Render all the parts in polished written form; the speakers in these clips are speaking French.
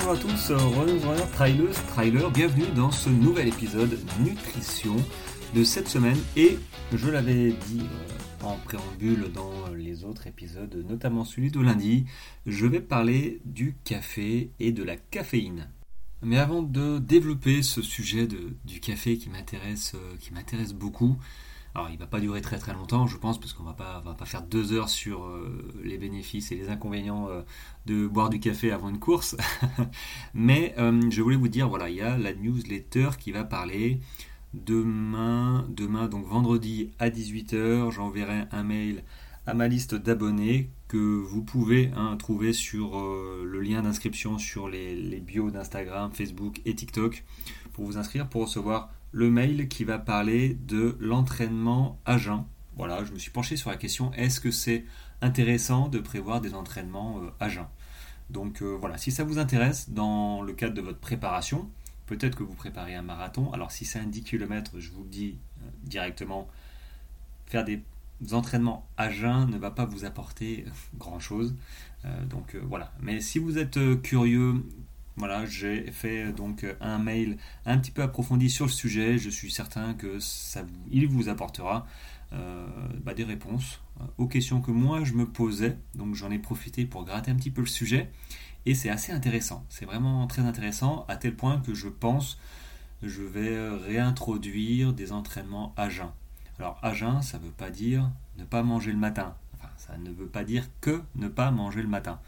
Bonjour à tous, runners, trailers, bienvenue dans ce nouvel épisode nutrition de cette semaine. Et je l'avais dit en préambule dans les autres épisodes, notamment celui de lundi, je vais parler du café et de la caféine. Mais avant de développer ce sujet du café qui m'intéresse beaucoup, alors il ne va pas durer très très longtemps je pense, parce qu'on va pas faire 2 heures sur les bénéfices et les inconvénients de boire du café avant une course. Mais je voulais vous dire, voilà, il y a la newsletter qui va parler demain donc vendredi à 18h, j'enverrai un mail à ma liste d'abonnés que vous pouvez trouver sur le lien d'inscription sur les bios d'Instagram, Facebook et TikTok pour vous inscrire, pour recevoir le mail qui va parler de l'entraînement à jeun. Voilà, je me suis penché sur la question, est-ce que c'est intéressant de prévoir des entraînements à jeun? Donc voilà, si ça vous intéresse dans le cadre de votre préparation, peut-être que vous préparez un marathon. Alors si c'est un 10 km, je vous le dis directement, faire des entraînements à jeun ne va pas vous apporter grand-chose. Donc voilà, mais si vous êtes curieux, voilà, j'ai fait donc un mail un petit peu approfondi sur le sujet. Je suis certain que il vous apportera des réponses aux questions que moi je me posais. Donc j'en ai profité pour gratter un petit peu le sujet. Et c'est assez intéressant. C'est vraiment très intéressant, à tel point que je pense je vais réintroduire des entraînements à jeun. Alors à jeun, ça ne veut pas dire ne pas manger le matin. Enfin, ça ne veut pas dire que ne pas manger le matin.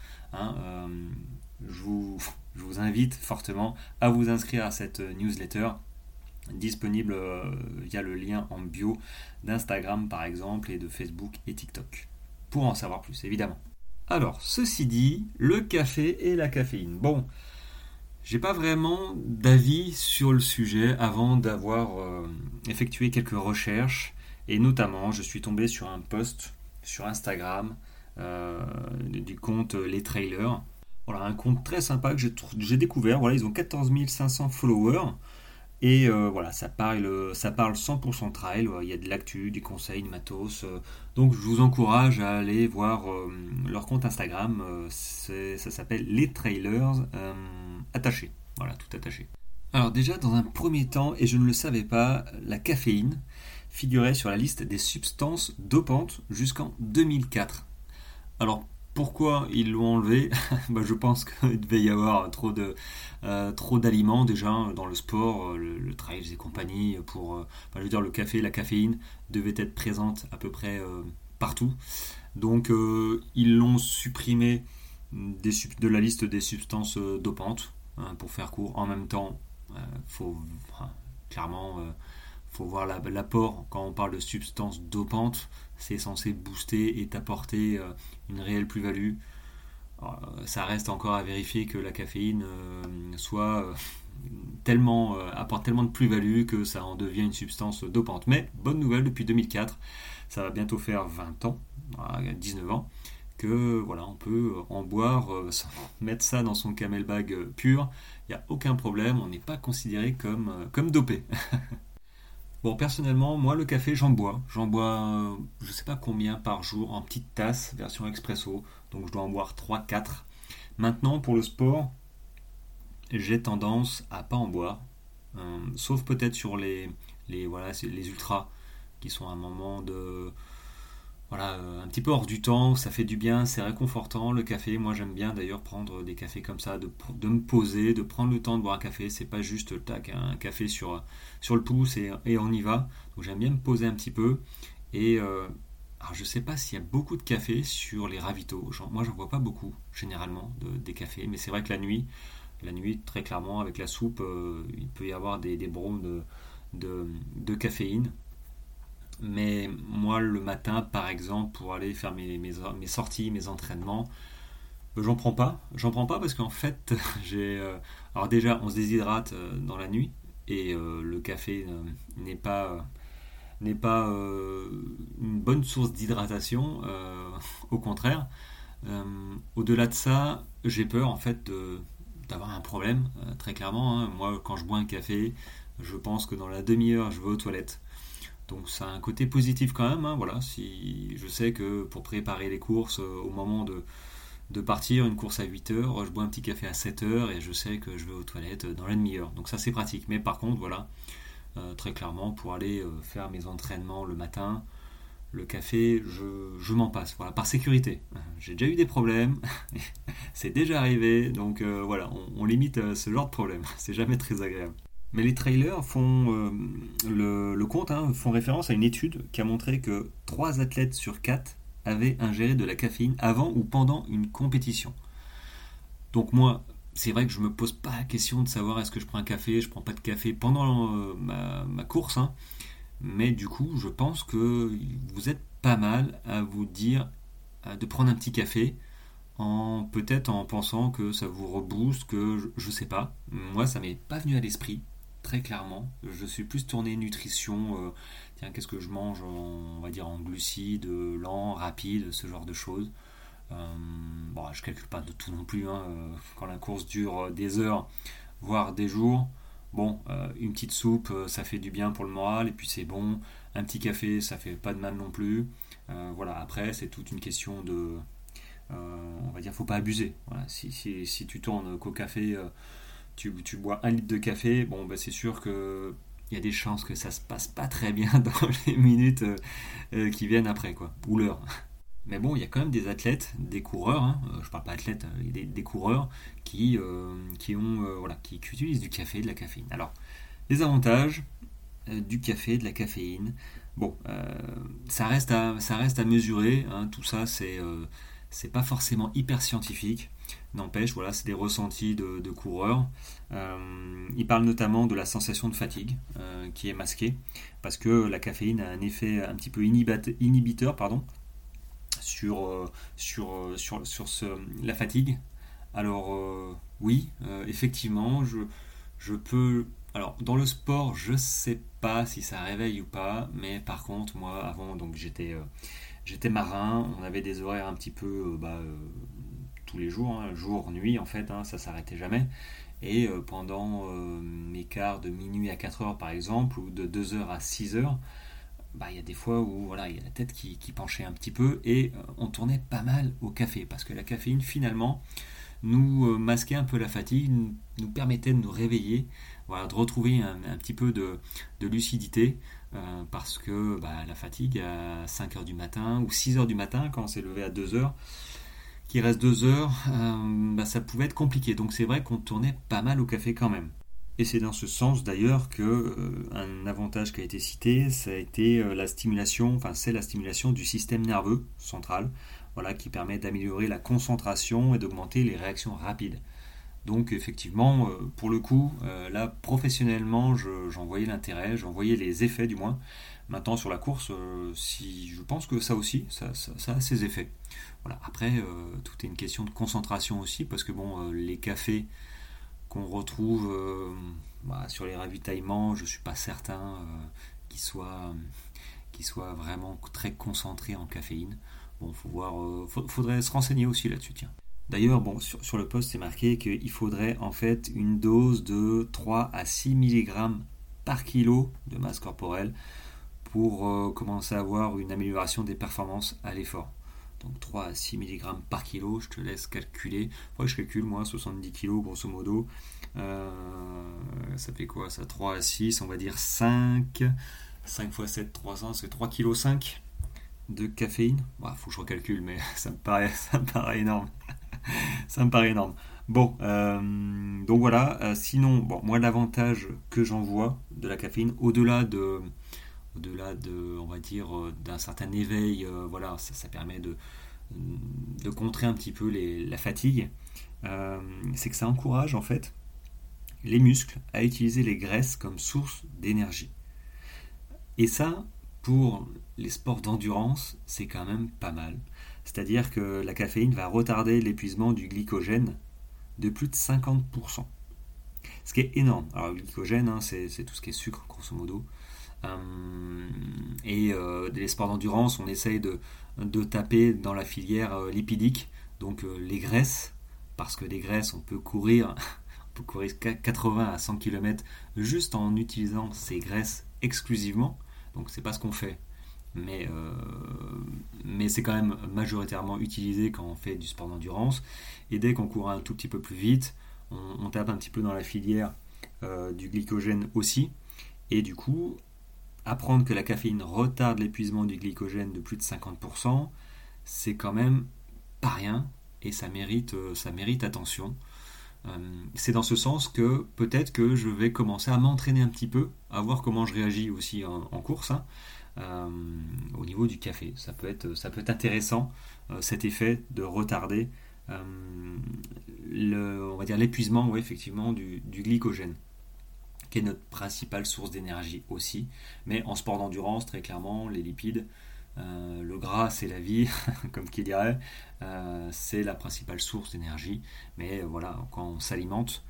Je vous invite fortement à vous inscrire à cette newsletter disponible via le lien en bio d'Instagram par exemple, et de Facebook et TikTok, pour en savoir plus évidemment. Alors, ceci dit, le café et la caféine. Bon, j'ai pas vraiment d'avis sur le sujet avant d'avoir effectué quelques recherches, et notamment je suis tombé sur un post sur Instagram du compte Les Trailers. Voilà, un compte très sympa que j'ai découvert. Voilà, ils ont 14 500 followers. Et voilà, ça parle 100% trail. Il y a de l'actu, du conseil, du matos. Donc je vous encourage à aller voir leur compte Instagram. Ça s'appelle Les Trailers attachés. Voilà, tout attaché. Alors déjà, dans un premier temps, et je ne le savais pas, la caféine figurait sur la liste des substances dopantes jusqu'en 2004. Alors pourquoi ils l'ont enlevé? Je pense qu'il devait y avoir trop d'aliments déjà dans le sport, le trail et compagnie. Je veux dire, le café, la caféine devait être présente à peu près partout. Donc ils l'ont supprimé de la liste des substances dopantes, pour faire court. En même temps, faut voir l'apport. Quand on parle de substances dopantes, c'est censé booster et t'apporter une réelle plus-value. Ça reste encore à vérifier que la caféine apporte tellement de plus-value que ça en devient une substance dopante. Mais bonne nouvelle, depuis 2004, ça va bientôt faire 20 ans, 19 ans, que voilà, on peut en boire, mettre ça dans son camelbag pur, il n'y a aucun problème, on n'est pas considéré comme dopé. Bon, personnellement, moi le café j'en bois je sais pas combien par jour en petite tasse, version expresso, donc je dois en boire 3-4. Maintenant pour le sport, j'ai tendance à pas en boire, sauf peut-être sur les ultras, qui sont un moment un petit peu hors du temps, ça fait du bien, c'est réconfortant le café. Moi j'aime bien d'ailleurs prendre des cafés comme ça, de me poser, de prendre le temps de boire un café. C'est pas juste tac, un café sur le pouce et on y va. Donc j'aime bien me poser un petit peu. Et alors je sais pas s'il y a beaucoup de café sur les ravitaux. Moi j'en vois pas beaucoup généralement des cafés, mais c'est vrai que la nuit très clairement avec la soupe, il peut y avoir des bromes de caféine. Mais moi le matin par exemple, pour aller faire mes sorties, mes entraînements, j'en prends pas parce qu'en fait alors déjà on se déshydrate dans la nuit, et le café n'est pas une bonne source d'hydratation, au contraire. Au-delà de ça, j'ai peur en fait d'avoir un problème, très clairement. Moi quand je bois un café, je pense que dans la demi-heure je vais aux toilettes. Donc ça a un côté positif quand même, voilà. Si je sais que pour préparer les courses, au moment de partir une course à 8h, je bois un petit café à 7h et je sais que je vais aux toilettes dans la demi-heure. Donc ça c'est pratique. Mais par contre, voilà, très clairement, pour aller faire mes entraînements le matin, le café, je m'en passe, voilà, par sécurité. J'ai déjà eu des problèmes, c'est déjà arrivé, donc voilà, on limite ce genre de problème. C'est jamais très agréable. Mais les trailers font le compte, hein, font référence à une étude qui a montré que 3 athlètes sur 4 avaient ingéré de la caféine avant ou pendant une compétition. Donc moi, c'est vrai que je me pose pas la question de savoir est-ce que je prends un café, je prends pas de café pendant ma course, hein, mais du coup, je pense que vous êtes pas mal à vous dire de prendre un petit café peut-être en pensant que ça vous rebooste, que je sais pas. Moi, ça m'est pas venu à l'esprit, très clairement. Je suis plus tourné nutrition. Tiens, qu'est-ce que je mange on va dire en glucides, lents, rapides, ce genre de choses. Bon, je calcule pas de tout non plus, hein, quand la course dure des heures, voire des jours. Bon, une petite soupe, ça fait du bien pour le moral, et puis c'est bon. Un petit café, ça fait pas de mal non plus. Voilà, après, c'est toute une question de, on va dire, faut pas abuser. Voilà, si tu tournes qu'au café, tu bois 1 litre de café, bon, bah, c'est sûr que il y a des chances que ça se passe pas très bien dans les minutes qui viennent après, quoi, ou l'heure. Mais bon, il y a quand même des athlètes, des coureurs, hein, je parle pas athlètes, des coureurs qui utilisent du café, de la caféine. Alors, les avantages du café, de la caféine, bon, ça reste à mesurer, hein, tout ça, c'est pas forcément hyper scientifique. N'empêche, voilà, c'est des ressentis de coureurs. Il parle notamment de la sensation de fatigue qui est masquée, parce que la caféine a un effet un petit peu inhibiteur, pardon, sur la fatigue. Alors oui, effectivement, je peux... Alors dans le sport, je sais pas si ça réveille ou pas, mais par contre, moi avant, donc j'étais marin, on avait des horaires un petit peu tous les jours, hein, jour, nuit en fait, hein, ça s'arrêtait jamais. Et pendant mes quarts de minuit à 4 heures par exemple, ou de 2 heures à 6 heures, il y a des fois où voilà, il y a la tête qui penchait un petit peu et on tournait pas mal au café parce que la caféine finalement nous masquait un peu la fatigue, nous permettait de nous réveiller, voilà, de retrouver un petit peu de lucidité parce que la fatigue à 5 heures du matin ou 6 heures du matin quand on s'est levé à 2 heures, qui reste 2 heures, ça pouvait être compliqué. Donc c'est vrai qu'on tournait pas mal au café quand même. Et c'est dans ce sens d'ailleurs que un avantage qui a été cité, ça a été la stimulation, enfin c'est la stimulation du système nerveux central, voilà, qui permet d'améliorer la concentration et d'augmenter les réactions rapides. Donc effectivement, pour le coup, là professionnellement, j'en voyais l'intérêt, j'en voyais les effets du moins. Maintenant sur la course, si je pense que ça aussi, ça a ses effets. Voilà. Après, tout est une question de concentration aussi, parce que bon, les cafés qu'on retrouve sur les ravitaillements, je suis pas certain qu'ils soient vraiment très concentrés en caféine. Bon, faut voir, faudrait se renseigner aussi là-dessus, tiens. D'ailleurs, bon, sur le post, c'est marqué qu'il faudrait en fait une dose de 3 à 6 mg par kilo de masse corporelle pour commencer à avoir une amélioration des performances à l'effort. Donc 3 à 6 mg par kilo, je te laisse calculer. Moi je calcule, moi 70 kg grosso modo. Ça fait quoi ça? 3 à 6, on va dire 5. 5 x 7, 300, c'est 3,5 kg de caféine. Faut que je recalcule, mais ça me paraît énorme. Ça me paraît énorme. Bon, donc voilà. Sinon, bon, moi l'avantage que j'en vois de la caféine, au-delà de, on va dire, d'un certain éveil, voilà, ça permet de contrer un petit peu la fatigue, c'est que ça encourage en fait les muscles à utiliser les graisses comme source d'énergie. Et ça, pour les sports d'endurance, c'est quand même pas mal. C'est-à-dire que la caféine va retarder l'épuisement du glycogène de plus de 50%. Ce qui est énorme. Alors le glycogène, hein, c'est tout ce qui est sucre, grosso modo. Et les sports d'endurance, on essaye de taper dans la filière lipidique, donc les graisses, parce que les graisses, on peut courir 80 à 100 km juste en utilisant ces graisses exclusivement. Donc c'est pas ce qu'on fait mais c'est quand même majoritairement utilisé quand on fait du sport d'endurance. Et dès qu'on court un tout petit peu plus vite, on tape un petit peu dans la filière du glycogène aussi. Et du coup, apprendre que la caféine retarde l'épuisement du glycogène de plus de 50%, c'est quand même pas rien et ça mérite attention. C'est dans ce sens que peut-être que je vais commencer à m'entraîner un petit peu, à voir comment je réagis aussi en course, hein, euh, au niveau du café. Ça peut être intéressant, cet effet de retarder euh, on va dire l'épuisement, ouais, effectivement, du glycogène, qui est notre principale source d'énergie aussi. Mais en sport d'endurance, très clairement, les lipides, le gras, c'est la vie, comme qui dirait, c'est la principale source d'énergie. Mais voilà, quand on s'alimente,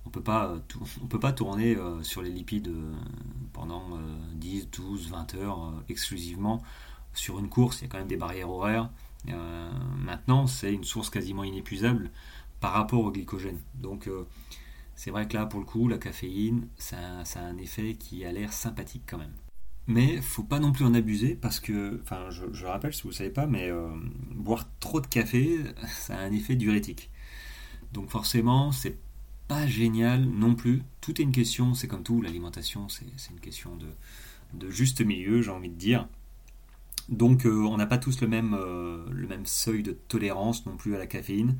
on peut pas tourner sur les lipides pendant 10, 12, 20 heures exclusivement sur une course. Il y a quand même des barrières horaires. Maintenant, c'est une source quasiment inépuisable par rapport au glycogène. Donc, c'est vrai que là, pour le coup, la caféine, ça a un effet qui a l'air sympathique quand même. Mais faut pas non plus en abuser parce que, enfin, je rappelle si vous ne savez pas, mais boire trop de café, ça a un effet diurétique. Donc forcément, c'est pas génial non plus. Tout est une question, c'est comme tout, l'alimentation, c'est une question de juste milieu, j'ai envie de dire. Donc on n'a pas tous le même seuil de tolérance non plus à la caféine.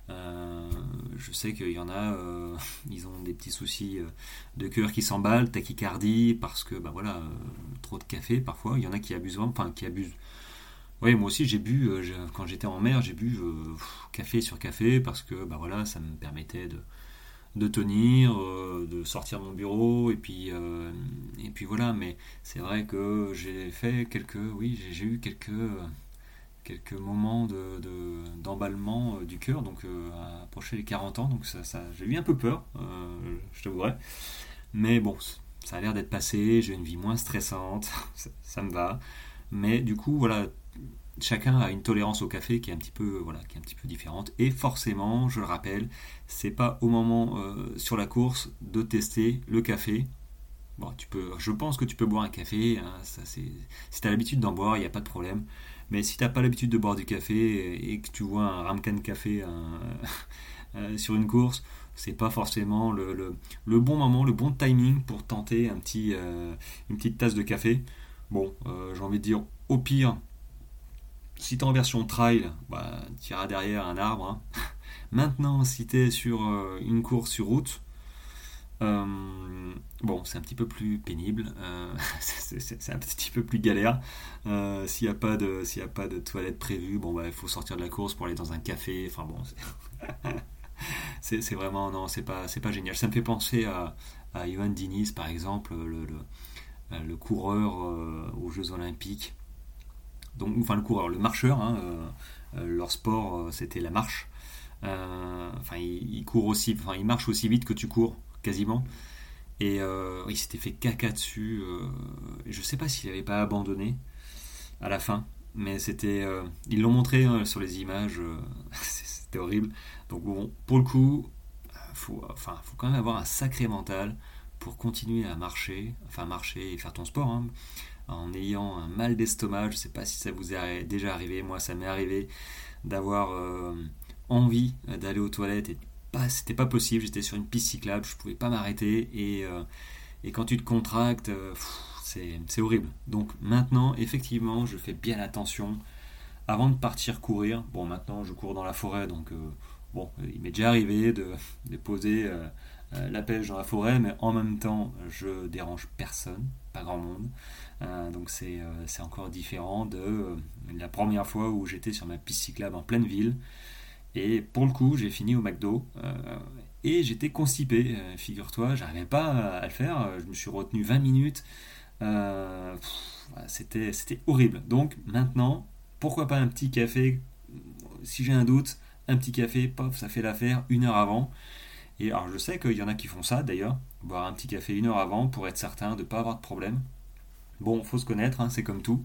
Je sais qu'il y en a, ils ont des petits soucis de cœur qui s'emballent, tachycardie, parce que bah voilà, trop de café parfois. Il y en a qui abusent, enfin qui abusent. Oui, moi aussi j'ai bu, quand j'étais en mer, j'ai bu café sur café parce que bah voilà, ça me permettait de tenir, de sortir de mon bureau, et puis voilà. Mais c'est vrai que j'ai fait oui, j'ai eu quelques moments d'emballement du cœur, donc à approcher les 40 ans, donc j'ai eu un peu peur, je t'avouerai. Mais bon, ça a l'air d'être passé, j'ai une vie moins stressante, ça me va. Mais du coup, voilà, chacun a une tolérance au café qui est un petit peu, voilà, qui est un petit peu différente. Et forcément, je le rappelle, c'est pas au moment sur la course de tester le café. Bon, je pense que tu peux boire un café, hein, si tu as l'habitude d'en boire, il n'y a pas de problème. Mais si tu n'as pas l'habitude de boire du café et que tu vois un ramequin de café sur une course, c'est pas forcément le bon moment, le bon timing pour tenter une petite tasse de café. Bon, j'ai envie de dire, au pire, si tu es en version trail, bah, tu iras derrière un arbre, hein. Maintenant, si tu es sur une course sur route, bon, c'est un petit peu plus pénible, c'est un petit peu plus galère. S'il y a pas de toilette prévue, bon, bah, il faut sortir de la course pour aller dans un café. Enfin bon, c'est vraiment, non, c'est pas génial. Ça me fait penser à Johan Diniz, par exemple, le coureur aux Jeux Olympiques. Donc, enfin, le coureur, le marcheur, hein, leur sport, c'était la marche. Enfin, il marche aussi vite que tu cours, quasiment. Et il s'était fait caca dessus. Je sais pas s'il avait pas abandonné à la fin, mais ils l'ont montré sur les images. C'était horrible. Donc bon, pour le coup, faut quand même avoir un sacré mental pour continuer à marcher, enfin marcher et faire ton sport, hein, en ayant un mal d'estomac. Je sais pas si ça vous est déjà arrivé. Moi, ça m'est arrivé d'avoir envie d'aller aux toilettes et c'était pas possible. J'étais sur une piste cyclable, je pouvais pas m'arrêter et quand tu te contractes, c'est horrible. Donc maintenant, effectivement, je fais bien attention avant de partir courir. Bon, maintenant, je cours dans la forêt, donc bon, il m'est déjà arrivé de poser la pêche dans la forêt, mais en même temps, je dérange personne, pas grand monde. Donc c'est encore différent de la première fois où j'étais sur ma piste cyclable en pleine ville. Et pour le coup, j'ai fini au McDo et j'étais constipé. Figure-toi, j'arrivais pas à le faire. Je me suis retenu 20 minutes. C'était horrible. Donc maintenant, pourquoi pas un petit café? Si j'ai un doute, un petit café, paf, ça fait l'affaire 1 heure avant. Et alors je sais qu'il y en a qui font ça d'ailleurs, boire un petit café 1 heure avant pour être certain de ne pas avoir de problème. Bon, faut se connaître, hein, c'est comme tout.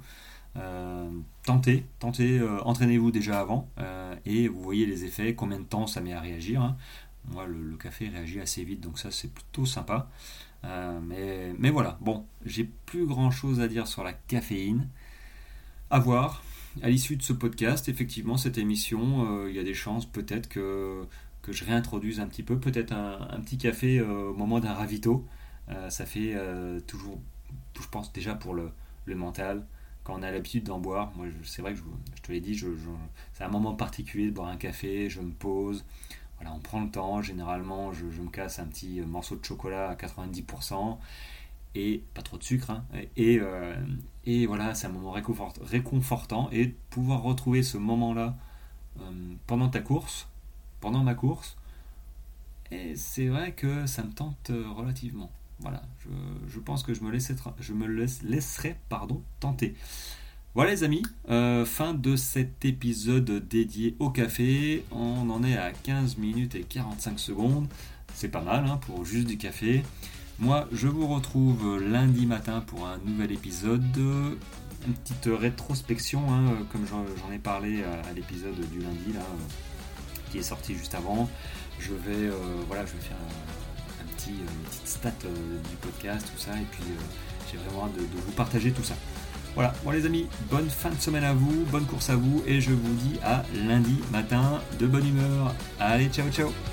Tentez, entraînez-vous déjà avant et vous voyez les effets, combien de temps ça met à réagir, hein. Moi, le café réagit assez vite, donc ça c'est plutôt sympa. Mais voilà, bon, j'ai plus grand chose à dire sur la caféine. À voir. À l'issue de ce podcast, effectivement, cette émission, il y a des chances peut-être que je réintroduise un petit peu, peut-être un petit café au moment d'un ravito. Ça fait toujours, je pense déjà pour le mental, quand on a l'habitude d'en boire. Moi, c'est vrai que je te l'ai dit, c'est un moment particulier de boire un café, je me pose. Voilà, on prend le temps, généralement je me casse un petit morceau de chocolat à 90%, et pas trop de sucre, hein, et voilà, c'est un moment réconfortant, et de pouvoir retrouver ce moment-là pendant ta course, pendant ma course, et c'est vrai que ça me tente relativement. Voilà, je pense que laisserai tenter. Voilà les amis, fin de cet épisode dédié au café. On en est à 15 minutes et 45 secondes. C'est pas mal hein, pour juste du café. Moi, je vous retrouve lundi matin pour un nouvel épisode. Une petite rétrospection, hein, comme j'en ai parlé à l'épisode du lundi, là, qui est sorti juste avant. Je vais faire une petite stat du podcast, tout ça, et puis j'ai vraiment hâte de vous partager tout ça. Voilà, bon les amis, bonne fin de semaine à vous, bonne course à vous, et je vous dis à lundi matin de bonne humeur. Allez, ciao ciao.